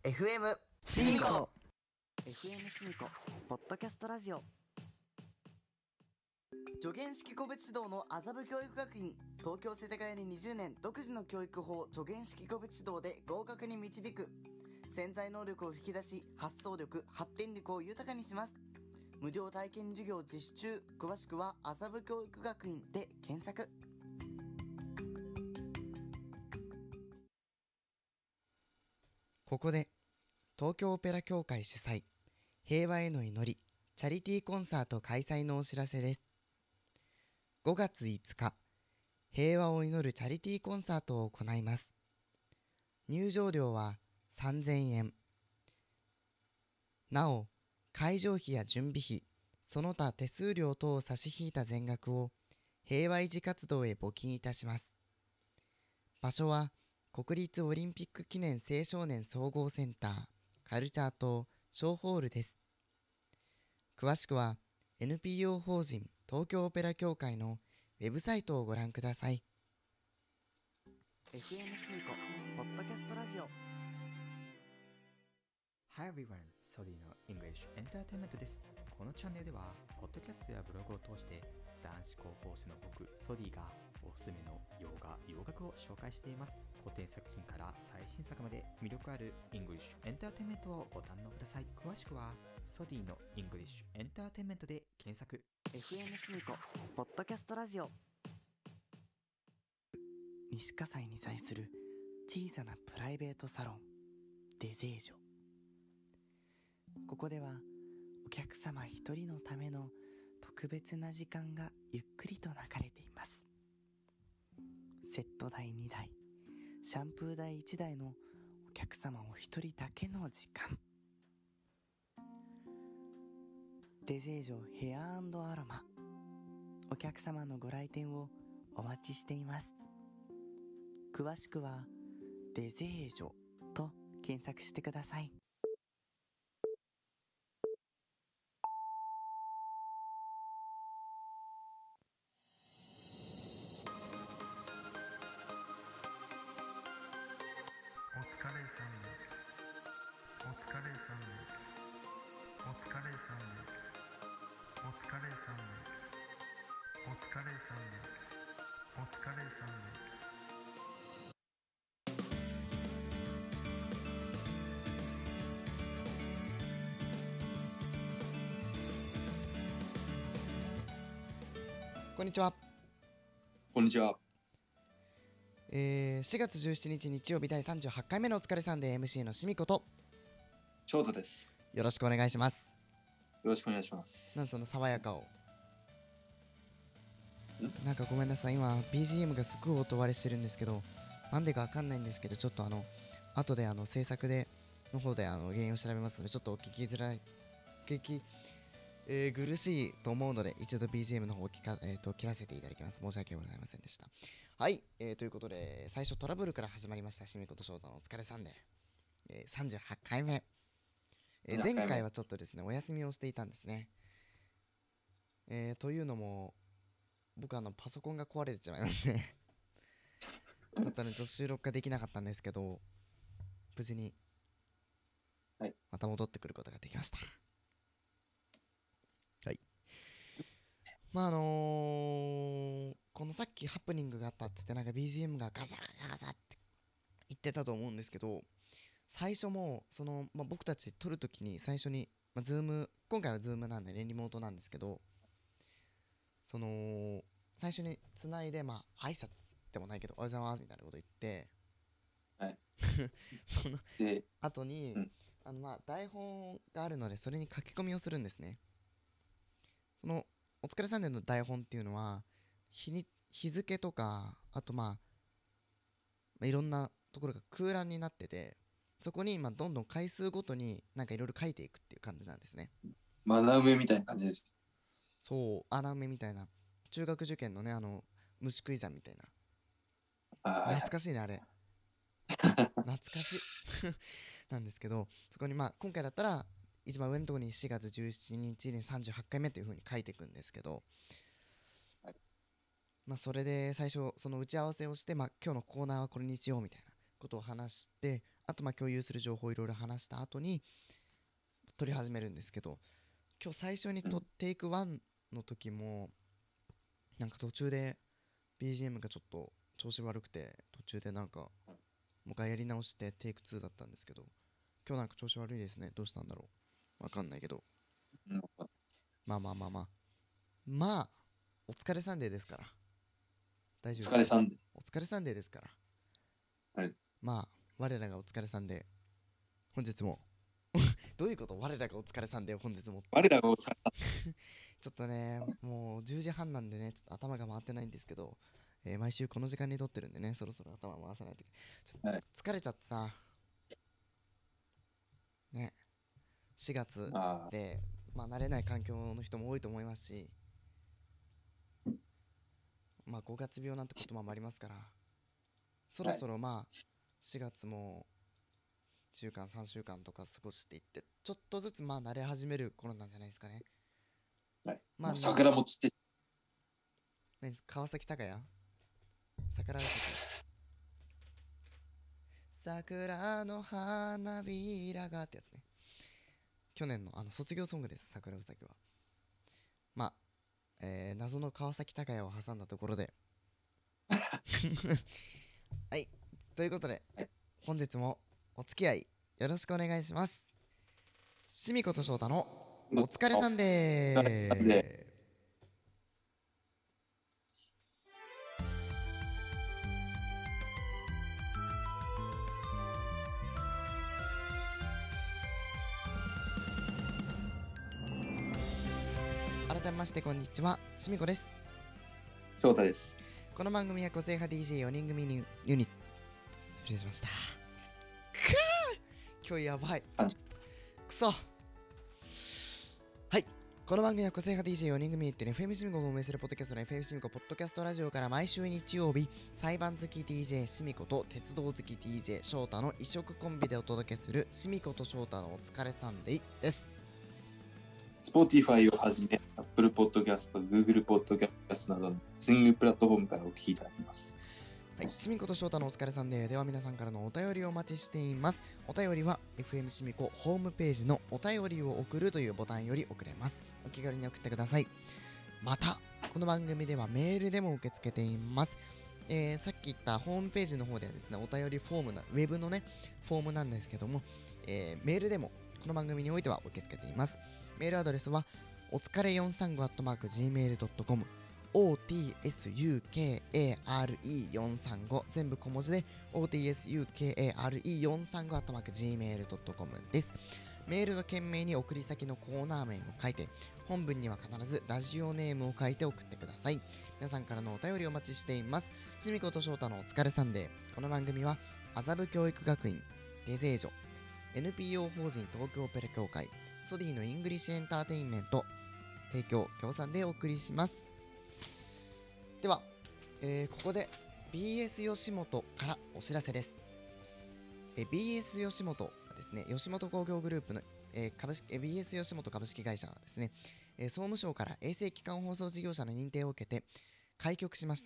FM シミコ FM シミコポッドキャストラジオ。助言式個別指導の麻布教育学院、東京世田谷に20年独自の教育法助言式個別指導で合格に導く。潜在能力を引き出し、発想力発展力を豊かにします。無料体験授業実施中。詳しくは麻布教育学院で検索。 ここで東京オペラ協会主催平和への祈りチャリティーコンサート開催のお知らせです。5月5日、平和を祈るチャリティーコンサートを行います。入場料は3000円。なお、会場費や準備費、その他手数料等を差し引いた全額を平和維持活動へ募金いたします。場所は国立オリンピック記念青少年総合センターカルチャー棟小ホールです。詳しくは NPO 法人東京オペラ協会のウェブサイトをご覧ください。 FM シミコポッドキャストラジオ。 Hi everyone! ソディの English Entertainment です。このチャンネルでは、ポッドキャストやブログを通して、男子高校生の僕、ソディがおすすめの洋画、洋楽を紹介しています。古典作品から最新作まで魅力ある English Entertainment をご堪能ください。詳しくは、ソディの English Entertainment で検索。 FM シミコポッドキャストラジオ。西葛西に在する小さなプライベートサロンデゼージョ。ここではお客様一人のための特別な時間がゆっくりと流れています。セット代2台、シャンプー代1台のお客様お一人だけの時間。デゼージョヘア&アロマ、お客様のご来店をお待ちしています。詳しくはデゼージョと検索してください。 お疲れさんです。お疲れさんです。お疲れさんです。お疲れさんです。お疲れさんです。お疲れさんです。 こんにちは。 こんにちは。 4月17日日曜日第38回目のお疲れさんで MC のしみこと、 翔太です。 よろしくお願いします。 よろしくお願いします。 なんその爽やかを。なんかごめんなさい、今 BGM がすごい音割れしてるんですけど、なんでかわかんないんですけど、ちょっと後で制作での方で原因を調べますので、ちょっとお聞きづらい苦しいと思うので、一度 BGM の方を切らせていただきます。申し訳ございませんでした。はい、ということで最初トラブルから始まりましたしみこと翔太のお疲れさんで、38回目、前回はちょっとですねお休みをしていたんですね。というのも僕パソコンが壊れてしまいましてだったのでちょっと収録ができなかったんですけど、無事にまた戻ってくることができました。はい。まあこのさっきハプニングがあったって言って、なんか BGM がガサガサガサって言ってたと思うんですけど、最初も僕たち撮るときに最初に、Zoom、今回は Zoom なんでね、リモートなんですけど、最初につないで挨拶でもないけどおはようございますみたいなこと言って、 はいそので、 後に、台本があるのでそれに書き込みをするんですね。そのお疲れさんでの台本っていうのは日付とか、あといろんなところが空欄になってて、そこにどんどん回数ごとになんかいろいろ書いていくっていう感じなんですね。 穴埋めみたいな感じです。 そう、穴埋めみたいな、中学受験のね虫食い算みたいな。懐かしいねあれ懐かしいなんですけど、そこに今回だったら一番上のところに4月17日に38回目という風に書いていくんですけど、それで最初その打ち合わせをして、今日のコーナーはこれにしようみたいなことを話して、 あと共有する情報をいろいろ話した後に撮り始めるんですけど、今日最初にテイク1の時もなんか途中で BGM がちょっと調子悪くて、途中でなんかもう一回やり直してテイク2だったんですけど、今日なんか調子悪いですね。どうしたんだろう、わかんないけど、 うん、 まあお疲れサンデーですから大丈夫です。 お疲れさんで。 お疲れサンデーですから、 はい。 我らがお疲れさんで本日もどういうこと、我らがお疲れさんで本日も我らがお疲れさちょっとね、もう10時半なんでね、ちょっと頭が回ってないんですけど、毎週この時間に撮ってるんでね、そろそろ頭回さないといけない。ちょっとはい疲れちゃってさ、ね、4月ん。あで、慣れない環境の人も多いと思いますし、5月病なんて言葉もありますから、そろそろ4月も2週間3週間とか過ごしていって、ちょっとずつ慣れ始める頃なんじゃないですかね。 あ。はい。 まあもう桜餅って。 川崎隆也、桜崎、桜の花びらがってやつね。去年の卒業ソングです、桜うさぎは。謎の川崎隆也を挟んだところではい、ということで、 はい、 本日もお付き合いよろしくお願いします。しみこと翔太のお疲れさんでー。改めましてこんにちは、しみこです。 翔太です。 この番組は個性派 DJ4 人組ユニット、失礼しました。今日やばい。くそ。はい。この番組は個性派 DJ4 人組ユニットに FM しみこが運営するポッドキャストの FM しみこポッドキャストラジオから毎週日曜日、裁判好き DJ しみこと鉄道好き DJ 翔太の異色コンビでお届けするしみこと翔太のお疲れサンデーです。 Spotify をはじめ、Apple Podcast、Google Podcast などのスイングプラットフォームからお聞きいただけます。 はい、しみこと翔太のお疲れサンデーでは皆さんからのお便りをお待ちしています。お便りは FM しみこホームページのお便りを送るというボタンより送れます。お気軽に送ってください。また、この番組ではメールでも受け付けています。さっき言ったホームページの方ではですね、お便りフォームウェブのね、フォームなんですけども、メールでもこの番組においては受け付けています。メールアドレスはおつかれ435@gmail.com otsukare435 全部小文字で otsukare435@gmail.com です。メールの件名に送り先のコーナー名を書いて、本文には必ずラジオネームを書いて送ってください。皆さんからのお便りお待ちしています。しみこと翔太のお疲れサンデー。この番組は麻布教育学院デゼージョ NPO 法人東京オペラ協会ソディのイングリッシュエンターテインメント提供協賛でお送りします。では、ここで BS 吉本からお知らせです。BS 吉本はですね、吉本興業グループの、BS 吉本株式会社はですね、総務省から衛星基幹放送事業者の認定を受けて開局しました。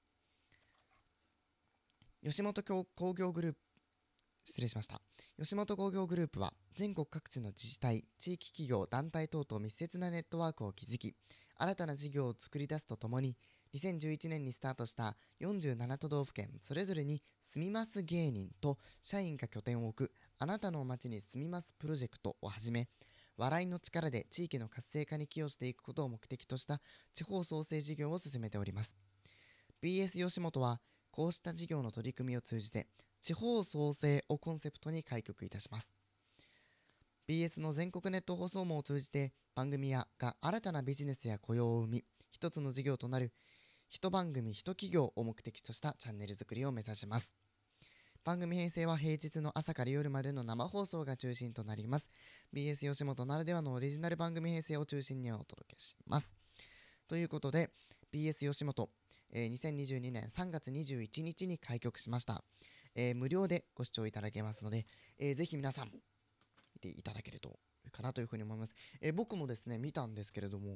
吉本興業グループ失礼しました。吉本興業グループは全国各地の自治体、地域企業、団体等と密接なネットワークを築き、新たな事業を作り出すとともに、2011年にスタートした47都道府県それぞれに住みます芸人と社員が拠点を置くあなたの街に住みますプロジェクトをはじめ、笑いの力で地域の活性化に寄与していくことを目的とした地方創生事業を進めております。 BS 吉本はこうした事業の取り組みを通じて地方創生をコンセプトに開局いたします。 BS の全国ネット放送網を通じて番組が新たなビジネスや雇用を生み、一つの事業となる一番組一企業を目的としたチャンネル作りを目指します。番組編成は平日の朝から夜までの生放送が中心となります。 BS 吉本ならではのオリジナル番組編成を中心にお届けします。ということで BS 吉本、2022年3月21日に開局しました。無料でご視聴いただけますので、ぜひ皆さん見ていただけるといいかなというふうに思います。僕もですね見たんですけれども、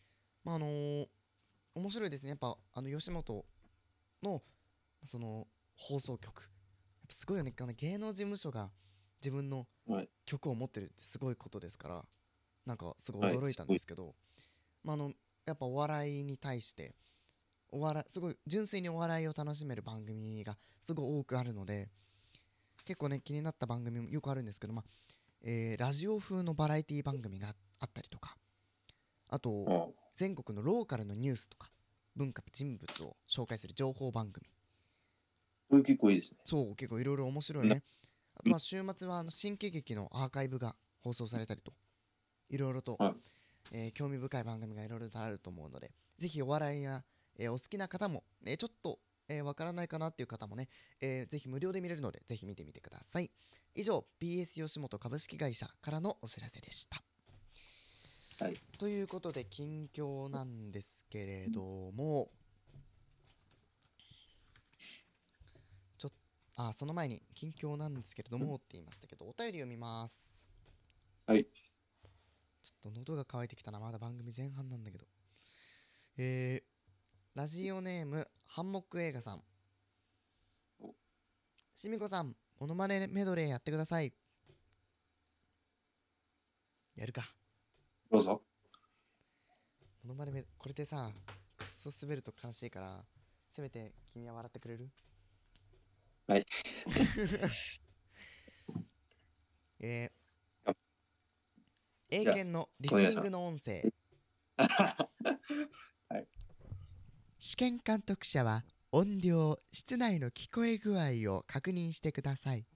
面白いですね。やっぱ吉本のその放送局、 ぱすごいよね。芸能事務所が自分のはい。 曲を持ってるってすごいことですから、なんかすごいはい。 驚いたんですけど、まあ、やっぱお笑いに対してすごい純粋にお笑いを楽しめる番組がすごい多くあるので、結構ね気になった番組もよくあるんですけど、ラジオ風のバラエティ番組があったりとか、あとあ全国のローカルのニュースとか文化人物を紹介する情報番組、 これ結構いいですね。 そう結構いろいろ面白いなね。あとは週末は新喜劇のアーカイブが放送されたりと、いろいろと、 はい興味深い番組がいろいろとあると思うので、ぜひお笑いや、お好きな方も、ちょっとわからないかなっていう方もね、ぜひ無料で見れるのでぜひ見てみてください。以上 BS 吉本株式会社からのお知らせでした。 はい。 ということで近況なんですけれども、その前に近況なんですけれどもって言いましたけど、お便り読みます。 はい。 ちょっと喉が渇いてきたな。まだ番組前半なんだけど。ラジオネームハンモック映画さん。しみこさん、モノマネメドレーやってください。やるか。 どうぞ。 モノマネこれでさ、くっそ滑ると悲しいから、せめて君は笑ってくれる？ はい。 英じゃあ検のリスニングの音声。 はい。 試験監督者は音量、室内の聞こえ具合を確認してください。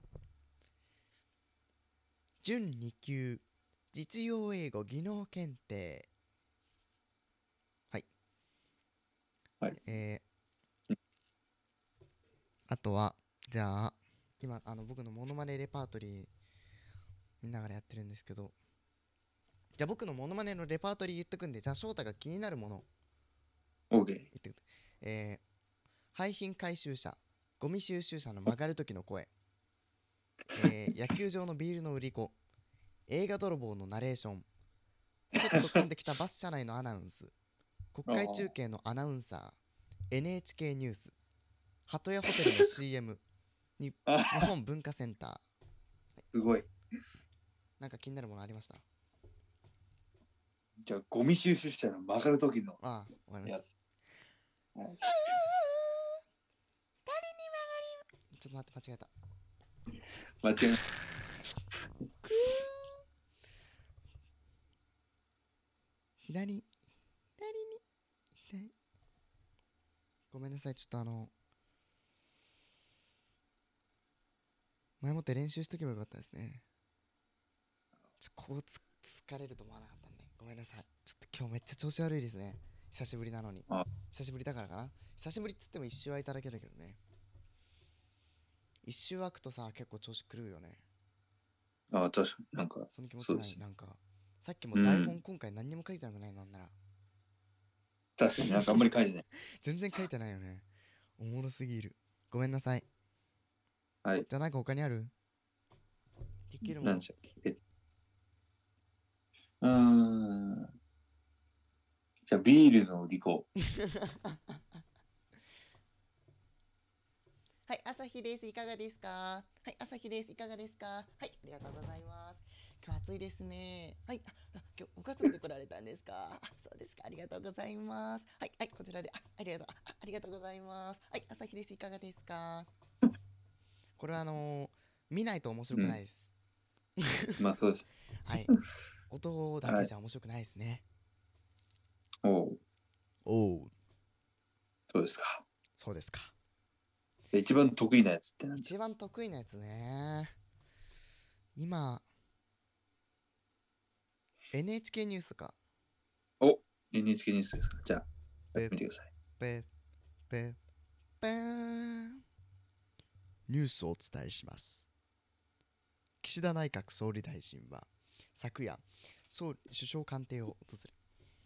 準2級実用英語技能検定。はい。 はい。 あとはじゃあ今僕のモノマネレパートリー見ながらやってるんですけど、じゃあ僕のモノマネのレパートリー言ってくんで、じゃあ翔太が気になるもの OK。 言ってくる。廃品回収車、ゴミ収集車の曲がる時の声、野球場のビールの売り子、映画泥棒のナレーション、ちょっと混んできたバス車内のアナウンス、国会中継のアナウンサー、NHK ニュース、鳩屋ホテルの CM 日本文化センター。 すごい。 なんか気になるものありました？ じゃあ、ゴミ収集車の曲がる時のわかりました。 やつ。はい。 ちょっと待って、間違えた。 間違いない。 左ごめんなさい、ちょっと前もって練習しとけばよかったですね。こう疲れると思わなかったんでごめんなさい。ちょっと今日めっちゃ調子悪いですね。久しぶりなのに。久しぶりだからかな。久しぶりっつっても一周空いただけだけどね。一周空くとさ、結構調子狂うよね。 確かになんか。 その気持ちない、 ね、 なんかさっきも台本今回何にも書いてなくない？なんなら確かになんかあんまり書いてない。 全然書いてないよね。おもろすぎる。ごめんなさい。 はい。 じゃあなんか他にある？できるもの。 何でしたっけ？じゃあビールの売り子。 はい、朝日です。いかがですか？はい、朝日です。いかがですか？はい、ありがとうございます。今日暑いですね。はい、今日ご家族で来られたんですか？そうですか。ありがとうございます。はい、はい、こちらで、ありがとうございます。はい、朝日です。いかがですか？これは見ないと面白くないです。 まあそうです。 はい、音だけじゃ面白くないですね。 おう。そうですか。 そうですか。 一番得意なやつって何ですか？ 一番得意なやつね。今 NHK ニュースか。 お、NHK ニュースですか。じゃあやってみてください。 ペーン。ニュースをお伝えします。岸田内閣総理大臣は昨夜首相官邸を訪れ、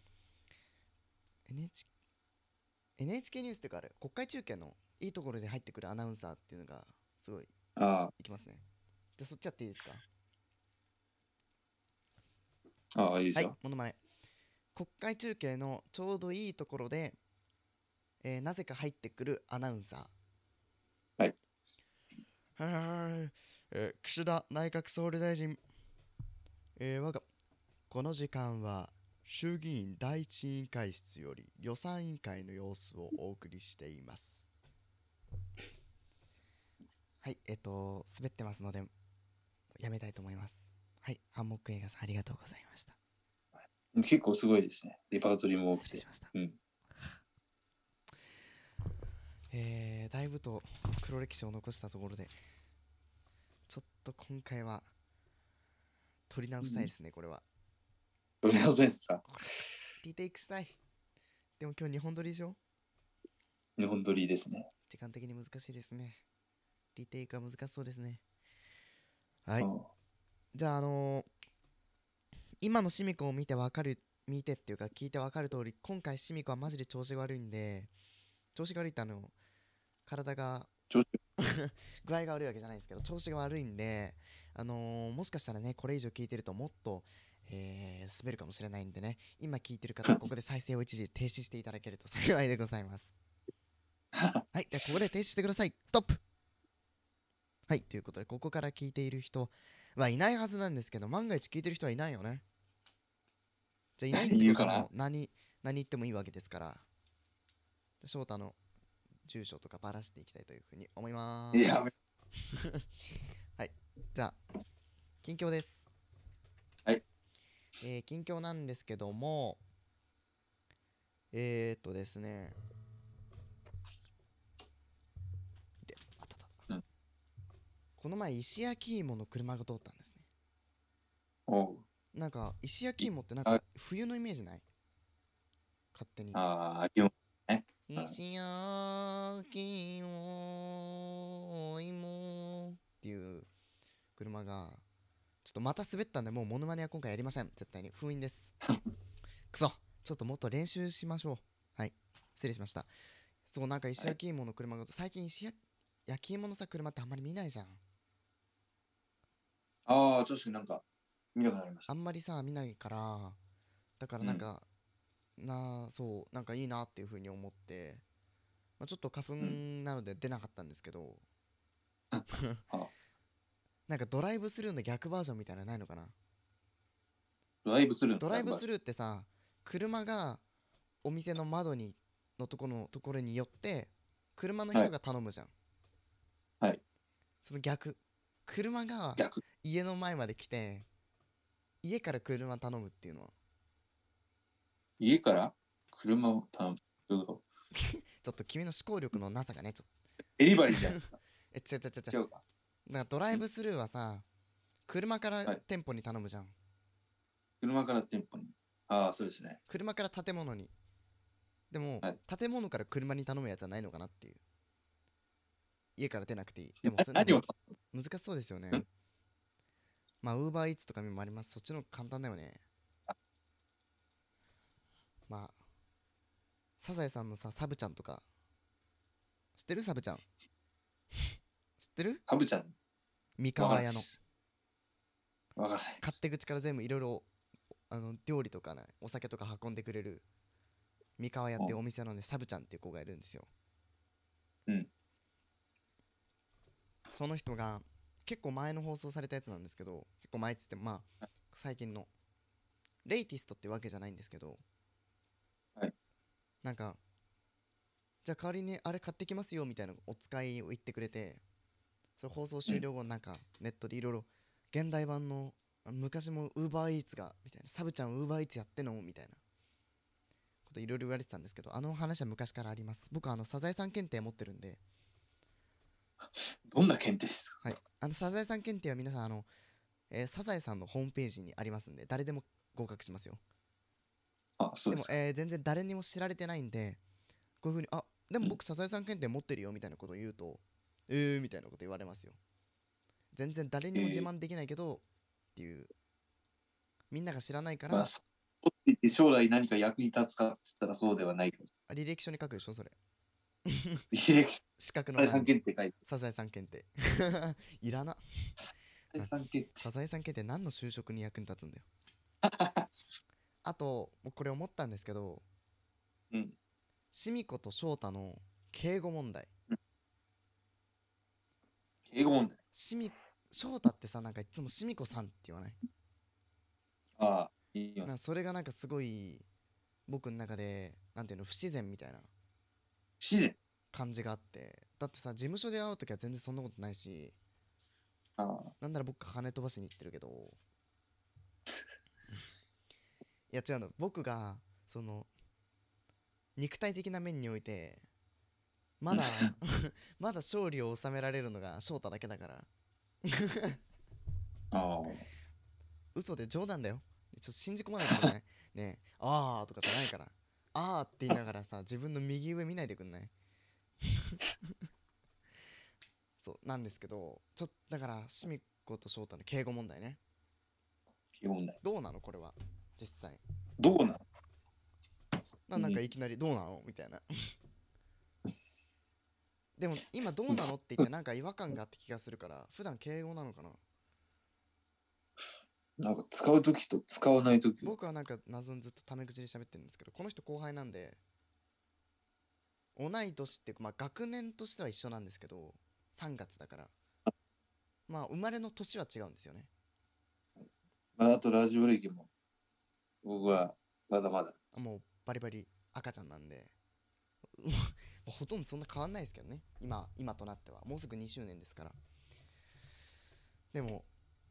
NHK ニュースっていうか、あれ国会中継のいいところで入ってくるアナウンサーっていうのがすごいいきますね。じゃあそっちやっていいですか？ いいですよ。 はい、モノマネ。国会中継のちょうどいいところで、なぜか入ってくるアナウンサー。 岸田内閣総理大臣、我がこの時間は衆議院第一委員会室より予算委員会の様子をお送りしています。はい、滑ってますのでやめたいと思います。はい、ハンモック映画さんありがとうございました。 結構すごいですね。レパートリーも多くて失礼し。ました。 うん。 だいぶと黒歴史を残したところで、ちょっと今回は取り直したいですね、これは。 どれのですか？ リテイクしたい。でも今日2本撮りでしょ？ 日本撮りですね。 時間的に難しいですね。リテイクは難しそうですね。はい。 うんじゃあ今のシミコを見てっていうか聞いてわかる通り、今回シミコはマジで調子が悪いんで、調子が悪いって体が調子具合が悪いわけじゃないんですけど、調子が悪いんで、もしかしたらね、これ以上聞いてるともっと、滑るかもしれないんでね、今聞いてる方はここで再生を一時停止していただけると幸いでございます。はい、じゃあここで停止してください。ストップ。はい、ということでここから聞いている人はいないはずなんですけど、万が一聞いてる人はいないよね。じゃあいないってことはもう何言ってもいいわけですから、翔太の住所とかばらしていきたいというふうに思います。 いや、 はい、じゃあ近況です。 はい。 近況なんですけども、ですね、 うん、 この前石焼き芋の車が通ったんですね。 おう。 なんか石焼き芋ってなんか冬のイメージない？勝手に。 ああ、今ね。 石焼き芋っていう車がちょっとまた滑ったんで、もうモノマネは今回やりません。絶対に封印です。くそ、ちょっともっと練習しましょう。はい、失礼しました。そう、なんか石焼き芋の車が、最近焼き芋のさ車ってあんまり見ないじゃん。 ああ、確かになんか見なくなりました。 あんまりさ見ないから、だからなんか、そうなんかいいなっていう風に思って、ちょっと花粉なので出なかったんですけど、なんかドライブスルーの逆バージョンみたいなのないのかな。 ドライブスルーのドライブスルーってさ、車がお店の窓のところに寄って車の人が頼むじゃん。 はい。 その逆、車が家の前まで来て家から車頼むっていうのは家から車を頼む。どういうこと？ ちょっと君の思考力のなさがね、ちょっとデリバリーじゃないですか。 違う違うか。 なんかドライブスルーはさ、車からはい店舗に頼むじゃん。 車から店舗に。ああ、そうですね。 車から建物に。でも、 はい建物から車に頼むやつはないのかなっていう。家から出なくていい。でもそれ何を難しそうですよね。まあウーバーイーツとかもあります。そっちの方が簡単だよね。まあサザエさんのさ、サブちゃんとか知ってる？サブちゃん知ってる？ ハブちゃん。 三河屋のわからないです。 勝手口から全部いろいろ料理とかね、お酒とか運んでくれる三河屋っていうお店のね、サブちゃんっていう子がいるんですよ。 うん。 その人が結構前の放送されたやつなんですけど、結構前っつってもまあ最近のレイティストってわけじゃないんですけど、 はい。 なんかじゃあ代わりにあれ買ってきますよみたいなお使いを言ってくれて、それ放送終了後なんかネットでいろいろ現代版の昔もウーバーイーツがみたいな、サブちゃんウーバーイーツやってんのみたいなこといろいろ言われてたんですけど、あの話は昔からあります。僕サザエさん検定持ってるんで。 どんな検定ですか？ はい、サザエさん検定は皆さんサザエさんのホームページにありますんで、誰でも合格しますよ。 あ、そうですか。 でも、全然誰にも知られてないんで、こういうふうにでも僕サザエさん検定持ってるよみたいなことを言うと、みたいなこと言われますよ。全然誰にも自慢できないけど、っていう、みんなが知らないから、 まあ、そう言って将来何か役に立つかっつったらそうではないかもし履歴書に書くでしょそれ。 れない。 資格のサザエさん欄に検定書いて。 サザエさん検定いらな。 サザエさん検定。 サザエさん検定何の就職に役に立つんだよ。あともうこれ思ったんですけど、 うん。 シミ子と翔太の敬語問題。 敬語問題。 翔太ってさ、なんかいつもしみこさんって言わない？ ああ、いいよ。 それがなんかすごい僕の中でなんていうの、不自然みたいな不自然。 感じがあって。だってさ、事務所で会う時は全然そんなことないし、 ああ、 なんなら僕金飛ばしに行ってるけどいや違うの、僕がその肉体的な面においてまだまだ勝利を収められるのが翔太だけだからああ、 嘘で、冗談だよ。ちょっと信じ込まないでくんない？ねえ、あーとかじゃないから。あーって言いながらさ、自分の右上見ないでくんない？そうなんですけど、だからしみこと翔太の敬語問題ね。 敬語問題。 どうなのこれは実際？ どうなの？ なんかいきなりどうなのみたいなでも今どうなのって言ってなんか違和感があって気がするから、普段敬語なのかな？ なんか使うときと使わないとき。 僕はなんか謎にずっとタメ口で喋ってるんですけど、この人後輩なんで、同い年っていうか、まあ学年としては一緒なんですけど、3月だから、まあ生まれの年は違うんですよね。 まあ、あとラジオ歴も、僕はまだまだ。 もうバリバリ赤ちゃんなんでほとんどそんな変わんないですけどね、今となっては。もうすぐ2周年ですから。でも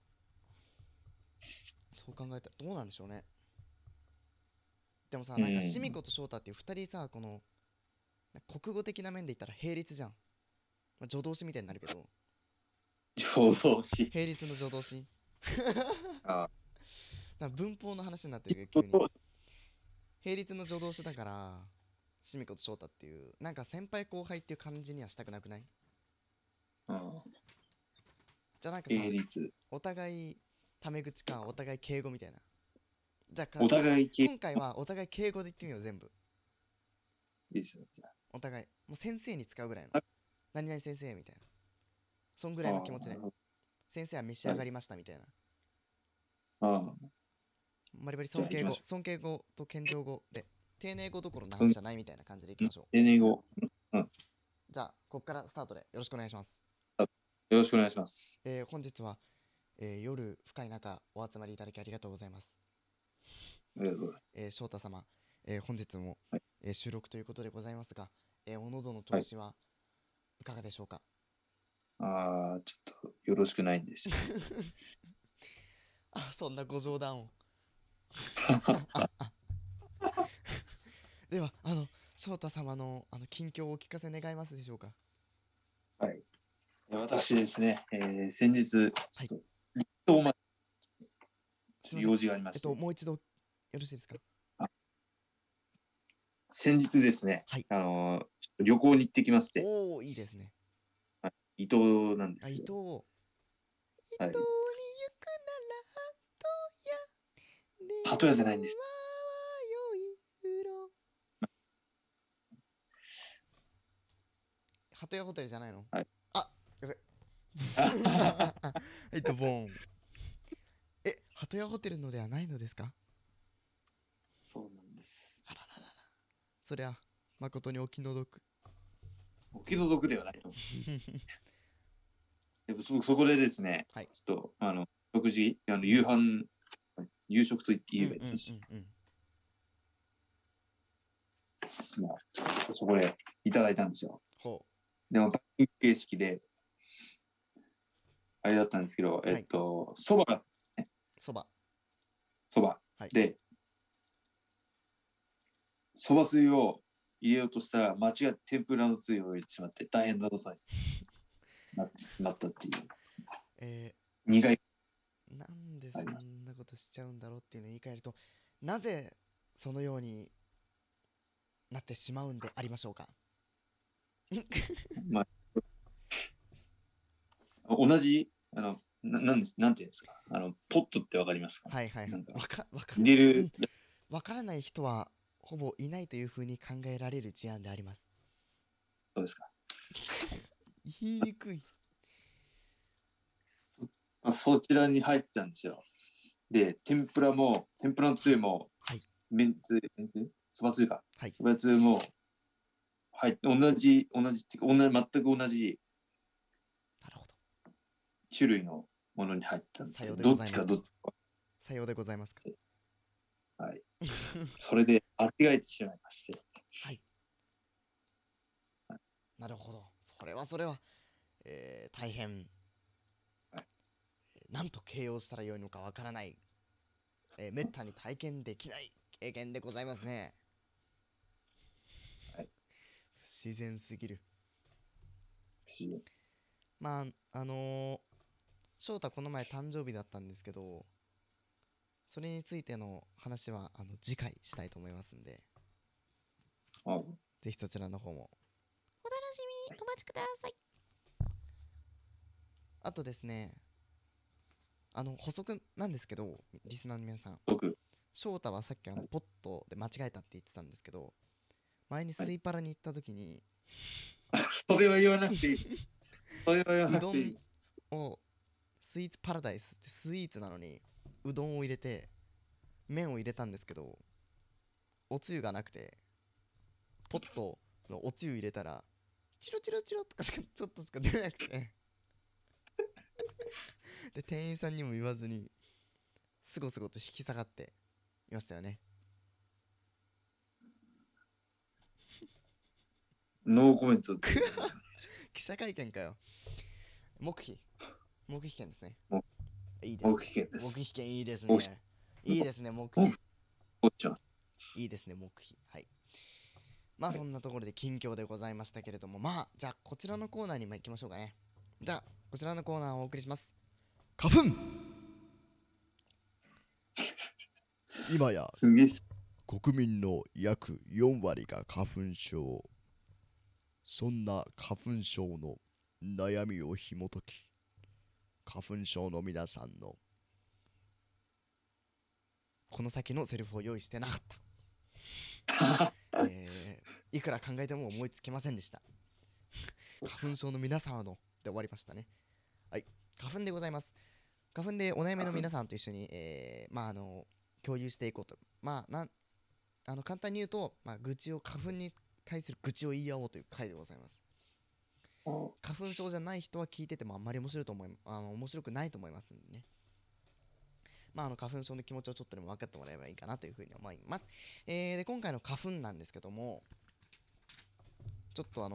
そう考えたらどうなんでしょうね。でもさ、なんかしみこと翔太っていう2人さ、この国語的な面で言ったら並列じゃん、まあ、助動詞みたいになるけど、 共同し。 並列の助動詞あなんか文法の話になってるけど、急に並列の助動詞だからしみこと翔太っていう、なんか先輩後輩っていう感じにはしたくなくない？ あ、 じゃあなんかさ、 並列。 お互いタメ口かお互い敬語みたいな。じゃあお互い今回はお互い敬語で言ってみよう。全部いいですよ。 お互いもう先生に使うぐらいの、 あ何々先生みたいな、そんぐらいの気持ちで、先生は召し上がりましたみたいな、 ああ、 バリバリじゃあ行きましょう尊敬語と謙譲語で、丁寧語どころの話じゃないみたいな感じでいきましょう。 丁寧語。 じゃあこっからスタートでよろしくお願いします。 よろしくお願いします。 本日は、夜深い中お集まりいただきありがとうございます。 ありがとうございます。 翔太様、本日も、 はい収録ということでございますが、お喉の調子はいかがでしょうか？ ああ、ちょっとよろしくないんですよ。 そんなご冗談をでは翔太様の近況をお聞かせ願いますでしょうか？ はい。私ですね、先日、ちょっと、離島ますいません、 用事がありまして、 もう一度よろしいですか？ 先日ですね、 はい。 ちょっと旅行に行ってきまして、 おお、いいですね。 伊東なんです伊けど、 東はい伊東に行くなら鳩屋じゃないんです。 鳩屋ホテルじゃないの？ はい。 あ、やべボーン。鳩屋ホテルのではないのですか？ そうなんです。 そりゃ誠にお気の毒。 お気の毒ではないと思う。でもそこでですね、 はい、 ちょっと食事、夕食と言えばいいですし、まあ、そこでいただいたんですよ。 ほでも、バック形式で、あれだったんですけど、 はいそばが、 う、そば。 そば、 はい、 で、そばつゆを入れようとしたら、間違って天ぷらのつゆを入れてしまって、大変なことになってしまったっていう。苦い。 なんでそんなことしちゃうんだろうっていうのを言い換えると、なぜそのようになってしまうんでありましょうか？ まあ、同じ、なんていうんですか、ポットってわかりますか？ はいはいはい。 なんかわ入れる、 からない人はほぼいないというふうに考えられる事案であります。 そうですか。 言いにくい。 そちらに入ってたんですよ。で、天ぷらのつゆも、 はい、 そばつゆか。 はい、 そばつゆも、はい、同じっていうか、全く同じ。 なるほど。 種類のものに入ったんで、 さようでどございますかっちかどっちか。 さようでございますか。 はい。それで間違えてしまいまして。 はい。なるほど。それは、大変、なんと形容したらよいのかわからない、めったに体験できない経験でございますね。 はい。 不自然すぎる。 不思議。 まあ、翔太この前誕生日だったんですけど、それについての話は次回したいと思いますんで、 あ、 ぜひそちらの方もお楽しみにお待ちください。あとですね、補足なんですけど、リスナーの皆さん、 僕、 翔太はさっきポットで間違えたって言ってたんですけど、前にスイパラに行った時に、 それは言わなくていいです。それは言わなくていいです。 をスイーツパラダイスってスイーツなのにうどんを入れて麺を入れたんですけど、おつゆがなくて、ポットのおつゆ入れたらチロチロチロとかしかちょっとしか出なくてで店員さんにも言わずにすごすごと引き下がっていましたよね。 ノーコメントで。 記者会見かよ。黙秘権ですね。 もいいですね。 黙秘権です。 黙秘権いいですね。いいですね、黙秘。 おっちゃん。 いいですね、黙秘。はい。まあそんなところで近況でございましたけれども、まあじゃあこちらのコーナーにも行きましょうかね。じゃあこちらのコーナーをお送りします。花粉今やすげえ。 国民の約4割が花粉症。そんな花粉症の悩みを紐解き、花粉症の皆さんのこの先のセリフを用意してなかった、いくら考えても思いつきませんでした。花粉症の皆様ので終わりましたね。はい、花粉でございます。花粉でお悩みの皆さんと一緒に、共有していこうと。簡単に言うと、愚痴を花粉に対する愚痴を言い合おうという回でございます。花粉症じゃない人は聞いててもあんまり面白くないと思いますんでね。花粉症の気持ちをちょっとでも分かってもらえばいいかなというふうに思います。で今回の花粉なんですけども、ちょっと花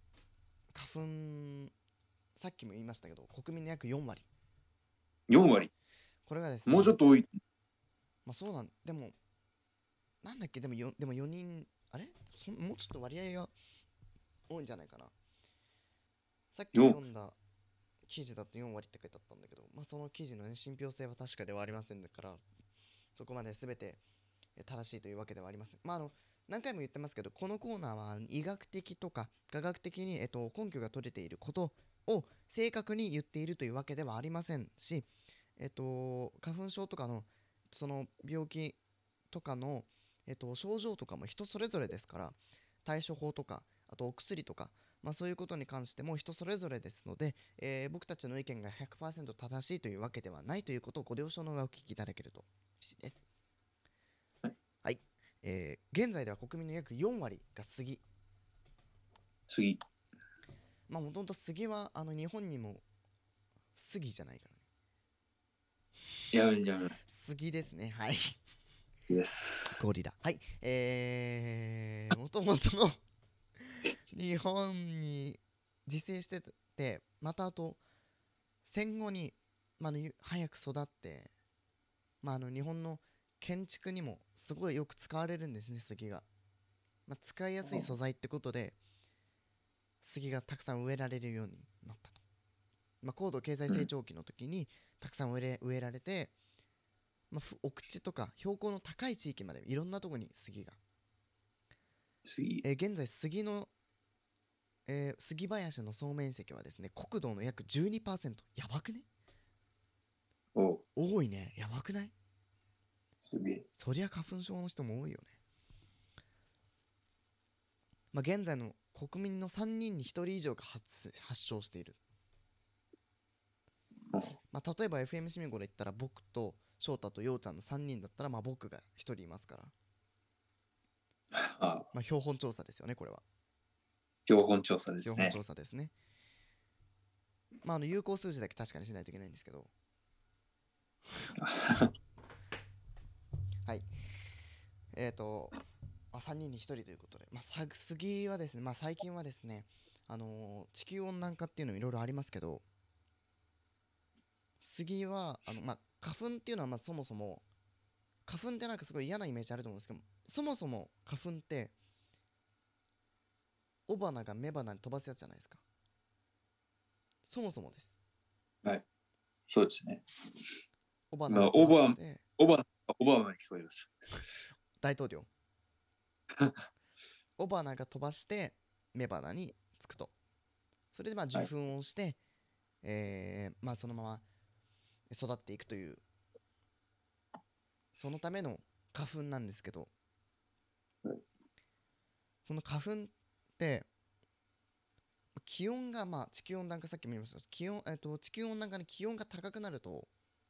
粉、さっきも言いましたけど、国民の約4割。 4割。 これがですね、 もうちょっと多い。 そうなんでもなんだっけ、でも4人、あれもうちょっと割合が多いんじゃないかな。さっき読んだ記事だと4割って書いてあったんだけど、その記事のね、信憑性は確かではありませんから、そこまで全て正しいというわけではありません。何回も言ってますけど、このコーナーは医学的とか科学的に、根拠が取れていることを正確に言っているというわけではありませんし、花粉症とかのその病気とかの、症状とかも人それぞれですから、対処法とか、あとお薬とか、そういうことに関しても人それぞれですので、僕たちの意見が 100% 正しいというわけではないということをご了承の上お聞きいただけると嬉しいです。はい、現在では国民の約4割が杉。 次。 もともと杉は日本にも杉じゃないからね。 やめ。 杉ですね。はい。 です。 ゴリラ。はい。もともとの日本に自生してて、またあと戦後に、早く育って、日本の建築にもすごいよく使われるんですね、杉が。使いやすい素材ってことで杉がたくさん植えられるようになったと。高度経済成長期の時にたくさん植えられて、奥地とか標高の高い地域までいろんなとこに杉が。現在杉の杉林の総面積はですね、国土の約 12%。 やばくね？多いね。やばくない？ すげえ。 そりゃ花粉症の人も多いよね。現在の国民の3人に1人以上が発症している。例えば FM シミゴで言ったら、僕と翔太とようちゃんの3人だったら、僕が1人いますから。標本調査ですよね、これは。 標本調査ですね。 標本調査ですね。 まあ有効数字だけ確かにしないといけないんですけどはい。3人に1人ということで、杉はですね、最近はですね、地球温暖化っていうのもいろいろありますけど、杉は花粉っていうのはそもそも、花粉ってなんかすごい嫌なイメージあると思うんですけど、そもそも花粉って雄花が雌花に飛ばすやつじゃないですか。そもそもです。 はい。そうですね。 雄花が飛ばして、 オバマに聞こえます。 大統領雄花が飛ばして雌花につくと。それで受粉をして、そのまま育っていくという、そのための花粉なんですけど、その花粉って気温が地球温暖化、さっきも言いました地球温暖化に気温が高くなると、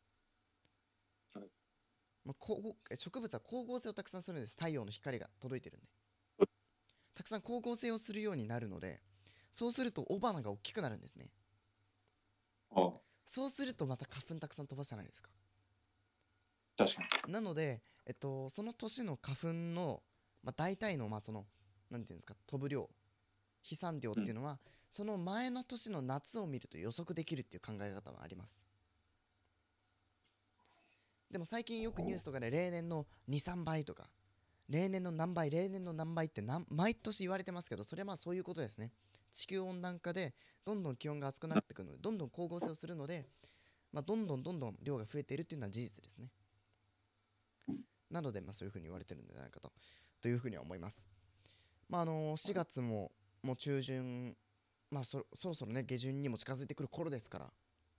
植物は光合成をたくさんするんです。太陽の光が届いてるんで、たくさん光合成をするようになるので、そうすると雄花が大きくなるんですね。そうするとまた花粉たくさん飛ばすじゃないですか。 確かに。 なので、その年の花粉の、大体のそのなんていうんですか、飛ぶ量、飛散量っていうのは、その前の年の夏を見ると予測できるっていう考え方はあります。でも最近よくニュースとかで例年の2、3倍とか、例年の何倍って毎年言われてますけど、それはそういうことですね。地球温暖化でどんどん気温が熱くなってくるので、どんどん光合成をするので、どんどん量が増えているっていうのは事実ですね。なのでそういうふうに言われてるんじゃないかというふうには思います。4月ももう中旬、そろそろね下旬にも近づいてくる頃ですから、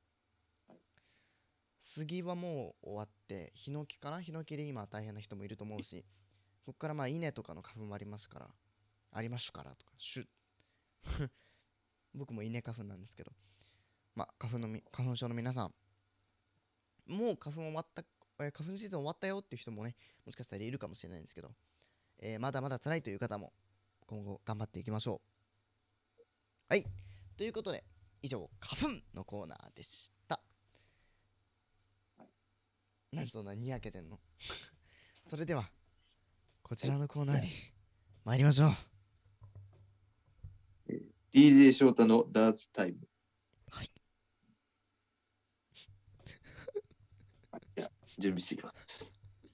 杉はもう終わって、ヒノキかな、ヒノキで今大変な人もいると思うし、ここから稲とかの花粉もありますから、とか僕も稲花粉なんですけど、花粉症の皆さん、もう花粉終わった、花粉シーズン終わったよっていう人もね、もしかしたらいるかもしれないんですけど、まだまだ辛いという方も今後頑張っていきましょう。はい、ということで以上、花粉のコーナーでした。なんでそんなにやけてんのそれではこちらのコーナーに参りましょう。 DJ 翔太のダーツタイム。 はい。 じゃあ準備していきます。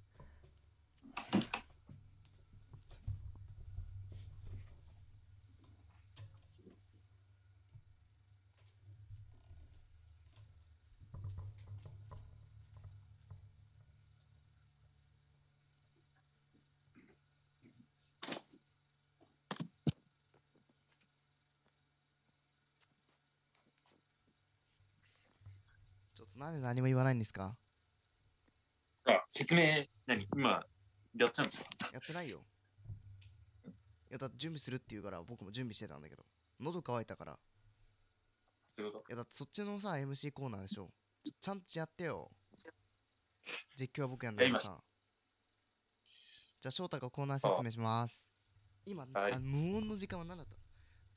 ちょっとなんで何も言わないんですか？ 説明、今、やったんですか？ やってないよ。いや、だって準備するって言うから僕も準備してたんだけど、喉乾いたから。 そういうこいや、だってそっちのさ MC コーナーでしょ。ちゃんとやってよ。実況は僕やんだからさ。じゃあ翔太がコーナー説明します。今、 はい無音の時間は何だった？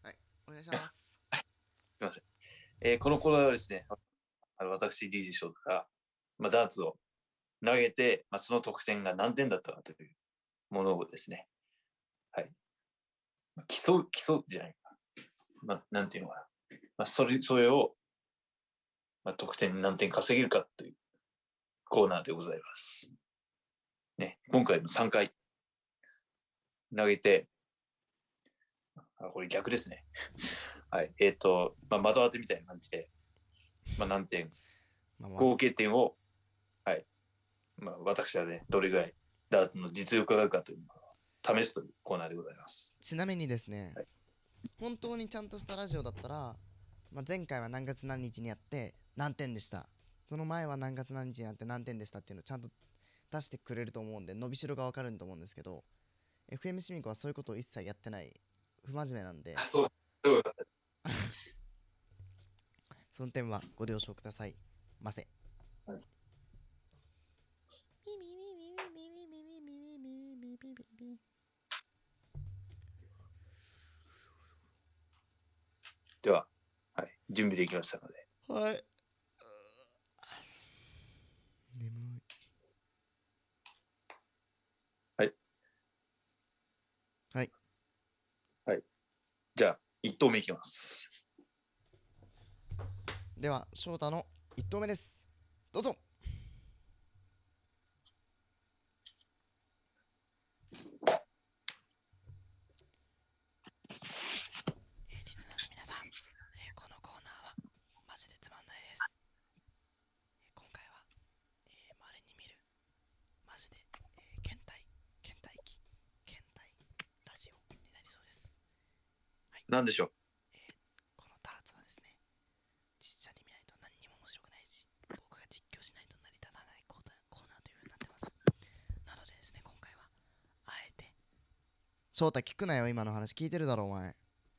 はい、お願いします。 すみません。このコーナーはですね、私、DJ 翔太が、ダーツを投げて、その得点が何点だったかというものをですね、はい。競うじゃないか。なんていうのかな。それを、得点何点稼げるかというコーナーでございます。ね、今回の3回投げて、これ逆ですね。はい。的当てみたいな感じで、何点、合計点を、はい。私はね、どれぐらいダーツの実力があるかというのを試すというコーナーでございます。 ちなみにですね、 はい、 本当にちゃんとしたラジオだったら、前回は何月何日にやって何点でした、その前は何月何日にやって何点でしたっていうのをちゃんと出してくれると思うんで、伸びしろが分かると思うんですけど、 FM シミコはそういうことを一切やってない、不真面目なんで、 そうその点はご了承くださいませ。 はい、では、はい、準備できましたので、 はい。眠い。 はい。 はい。 はい。じゃあ、1投目いきます。 では、翔太の1投目です。どうぞ。リスナーの皆さん、このコーナーはマジでつまんないです。今回は、稀に見るマジで、倦怠期倦怠ラジオになりそうです。はい。 なんでしょう。 このダーツはですね、実写に見ないと何にも面白くないし、僕が実況しないと成り立たないコーナーという風になってます。なのでですね、今回はあえて翔太聞くなよ、今の話聞いてるだろお前。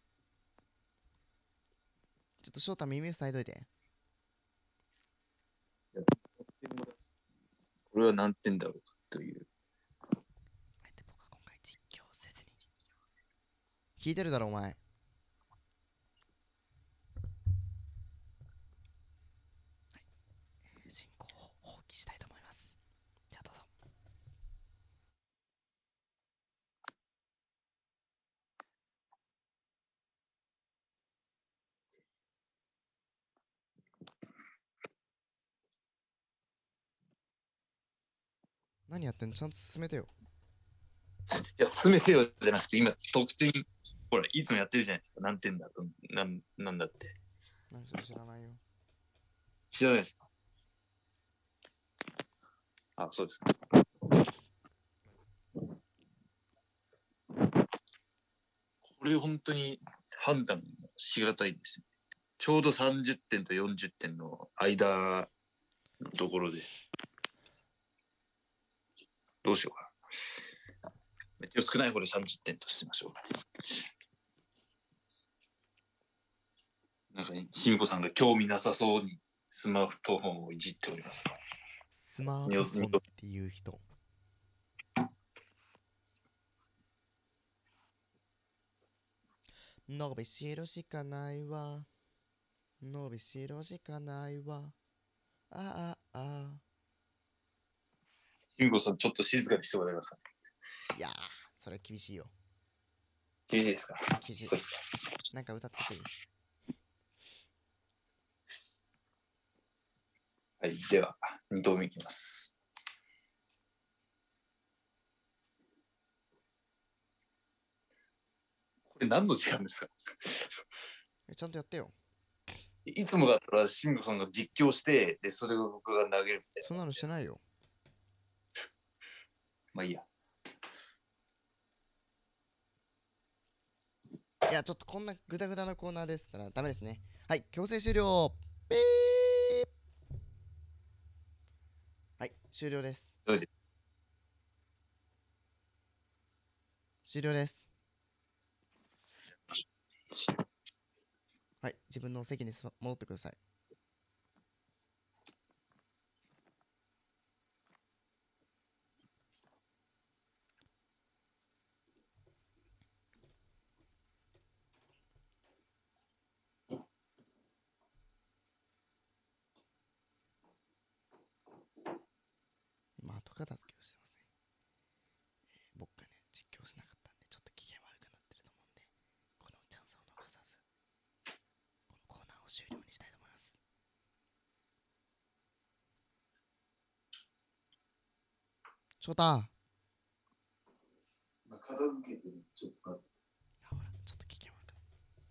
ちょっと翔太耳塞いどいて。 これは何点だろうかという。 あえて僕は今回実況せずに。聞いてるだろお前。進行を放棄したいと思います。じゃあどうぞ。何やってんの、ちゃんと進めてよ。 いや、進めせよじゃなくて、今、得点、ほら、いつもやってるじゃないですか。何点だと、なんだって。 何それ知らないよ。 知らないですか？あ、そうですか。これ本当に判断しがたいですよ。ちょうど30点と40点の間のところで、どうしようかな。一応少ない方で30点としましょう。なんか、しみこさんが興味なさそうにスマートフォンをいじっております。 スマートフォンっていう人。伸びしろしかないわ。伸びしろしかないわ。あああ。 しみこさん、ちょっと静かにしてもらえますか？ いやー、それ厳しいよ。 厳しいですか？ 厳しい。 そうですか。 なんか歌ってくる。 はい、では、2投目いきます。これ何の時間ですか？ ちゃんとやってよ。 いつもだったら、しみこさんが実況して、で、それを僕が投げるみたいな。 そんなのしてないよ。 まあいいや。 いや、ちょっとこんなグダグダなコーナーですからダメですね。はい、強制終了。ピー。はい、終了です。 それで終了です。はい、自分の席に戻ってください。今、後片付けをしてますね。僕がね、実況しなかったんで、ちょっと機嫌悪くなってると思うんで、このチャンスを逃さず、このコーナーを終了にしたいと思います。翔太。 片付けてちょっと待って。 あ、ほら、ちょっと機嫌悪くなって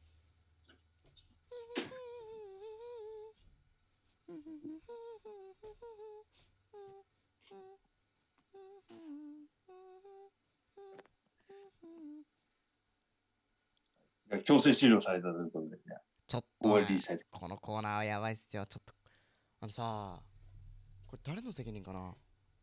強制終了されたということでね。 ちょっと、 終わりにしたいです。 このコーナーはやばいっすよ。ちょっと、さ、これ誰の責任かな。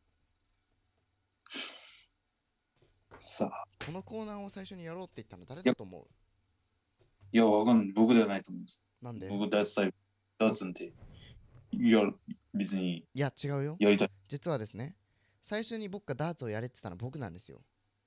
さあ。 このコーナーを最初にやろうって言ったの誰だと思う？ いや、わかんない。僕ではないと思います。 なんで？ 僕、ダーツタイプ、ダーツんで、いや、別にいや、違うよ。 やりたい。 実はですね、最初に僕がダーツをやれって言ったのは僕なんですよ。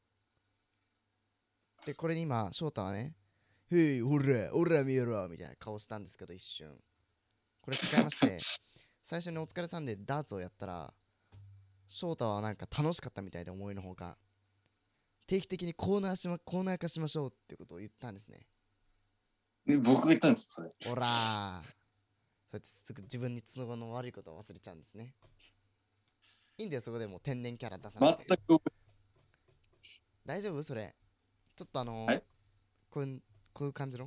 で、これに今、翔太はね、へい、ほら見えろみたいな顔したんですけど、一瞬。 これ使いまして最初にお疲れさんでダーツをやったら翔太はなんか楽しかったみたいで思いのほか定期的にコーナー化しましょうってことを言ったんですね。 僕が言ったんです、それ。 おらー、そうやってすぐ自分に都合の悪いことを忘れちゃうんですね。いいんだよ、そこでもう天然キャラ出さな全くて。 く覚大丈夫それ。ちょっとはいこういう感じの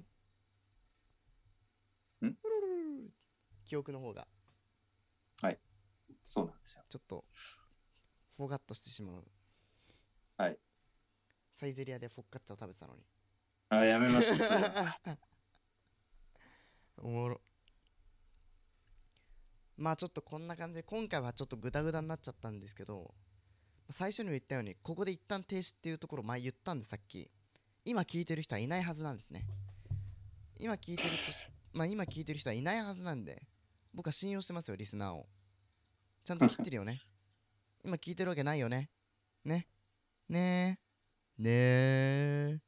記憶の方がえ、そうなんですよ。 ちょっとフォガッとしてしまう。 はい。 サイゼリアでフォッカッチャを食べてたのに。 あ、やめました、それは。 おもろ。まあちょっとこんな感じで今回はちょっとグダグダになっちゃったんですけど、最初にも言ったようにここで一旦停止っていうところ前言ったんで、さっき今聞いてる人はいないはずなんですね。今聞いてる人はいないはずなんで、僕は信用してますよ、リスナーを。ちゃんと切ってるよね。今聞いてるわけないよね。ね。ねえ。ねえ。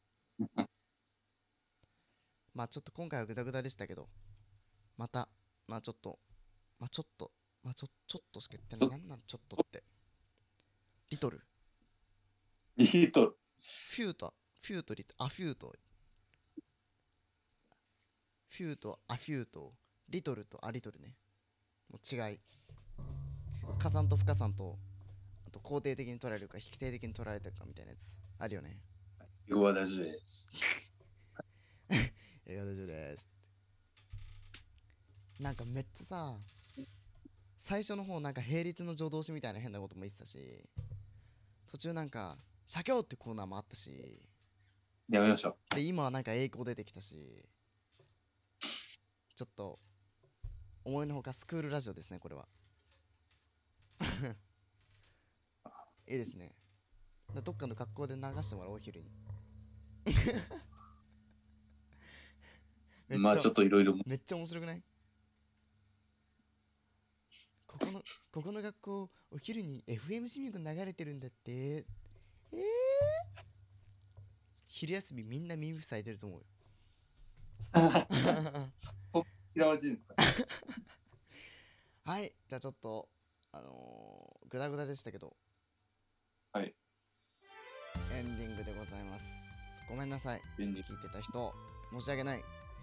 まあちょっと今回はグダグダでしたけど、また、まあちょっとしか言ってない。なんなんちょっとって。リトル。 リトル。 フュート、フュートリト、アフュート。フュート、アフュート。リトルとアリトルね。もう違い。加算と不加算と、あと肯定的に取られるか否定的に取られてるかみたいなやつ。あるよね。 英語は大丈夫です。 映画大丈夫です。なんかめっちゃさ、最初の方なんか並列の助動詞みたいな変なことも言ってたし、途中なんか写経ってコーナーもあったし、 やめましょで今はなんか英語出てきたし、ちょっと思いのほかスクールラジオですね、これは。いいですね。どっかの学校で流してもらおう、お昼に。 う。まあちょっといろいろ。 めっちゃ面白くない？ここの学校お昼に FM シミコ流れてるんだって。昼休みみんな耳塞いでると思うよ。 そ嫌われてるんですか？ はい、じゃあちょっとグダグダでしたけど、 はい。 エンディングでございます。ごめんなさい、 エンディン聞いてた人申し訳ない。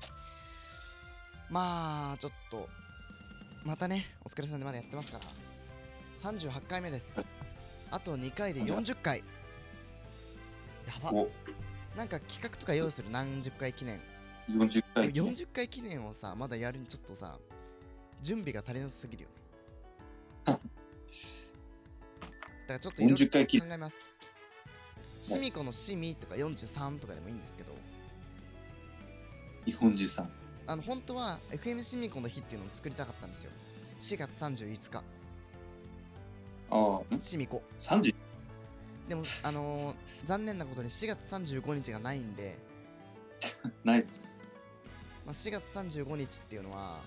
まあちょっとまたね、お疲れさんでまだやってますから、38回目です。あと2回で40回。やば。 おなんか企画とか用意する？何十回記念。 40回記念。 40回記念をさ、まだやるにちょっとさ、準備が足りなすぎるよね。だからちょっといろいろ 40回記考えます。シミコのシミとか43とかでもいいんですけど、 日本中さん。 本当は FM シミコの日っていうのを作りたかったんですよ。4月31日。 ああ、 シミコ。 30? でも残念なことに4月35日がないんで、 ないです。 まあ、4月35日っていうのは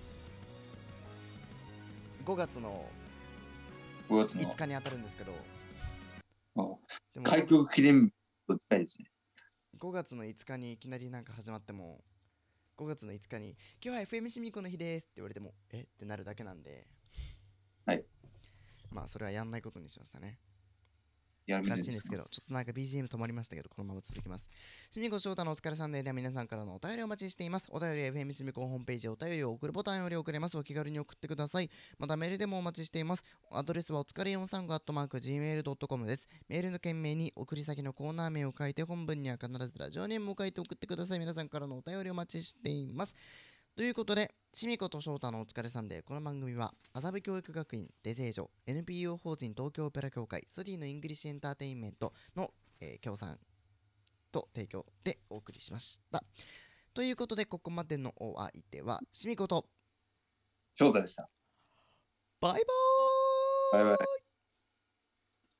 5月の 5月の 5日に当たるんですけど、でも開局記念日と近いですね。 5月の5日にいきなりなんか始まっても、5月の5日に今日は FM シミコの日ですって言われてもってなるだけなんで、 はい。 まあそれはやんないことにしましたね。 やるらしいんですけど、ちょっとなんか BGM 止まりましたけど、このまま続きます。シミコ翔太のお疲れさんで、では皆さんからのお便りをお待ちしています。お便りは FM シミコホームページお便りを送るボタンより送れます。お気軽に送ってください。またメールでもお待ちしています。アドレスはお疲れ435@gmail.com です。メールの件名に送り先のコーナー名を書いて、本文には必ずラジオネームを書いて送ってください。皆さんからのお便りをお待ちしています。ということで、シミコと翔太のお疲れさんで、この番組は麻布教育学院デゼージョ NPO 法人東京オペラ協会ソディのイングリッシュエンターテインメントの、協賛と提供でお送りしました。ということで、ここまでのお相手はシミコと翔太でした。 バイバーイ。 バイバイ。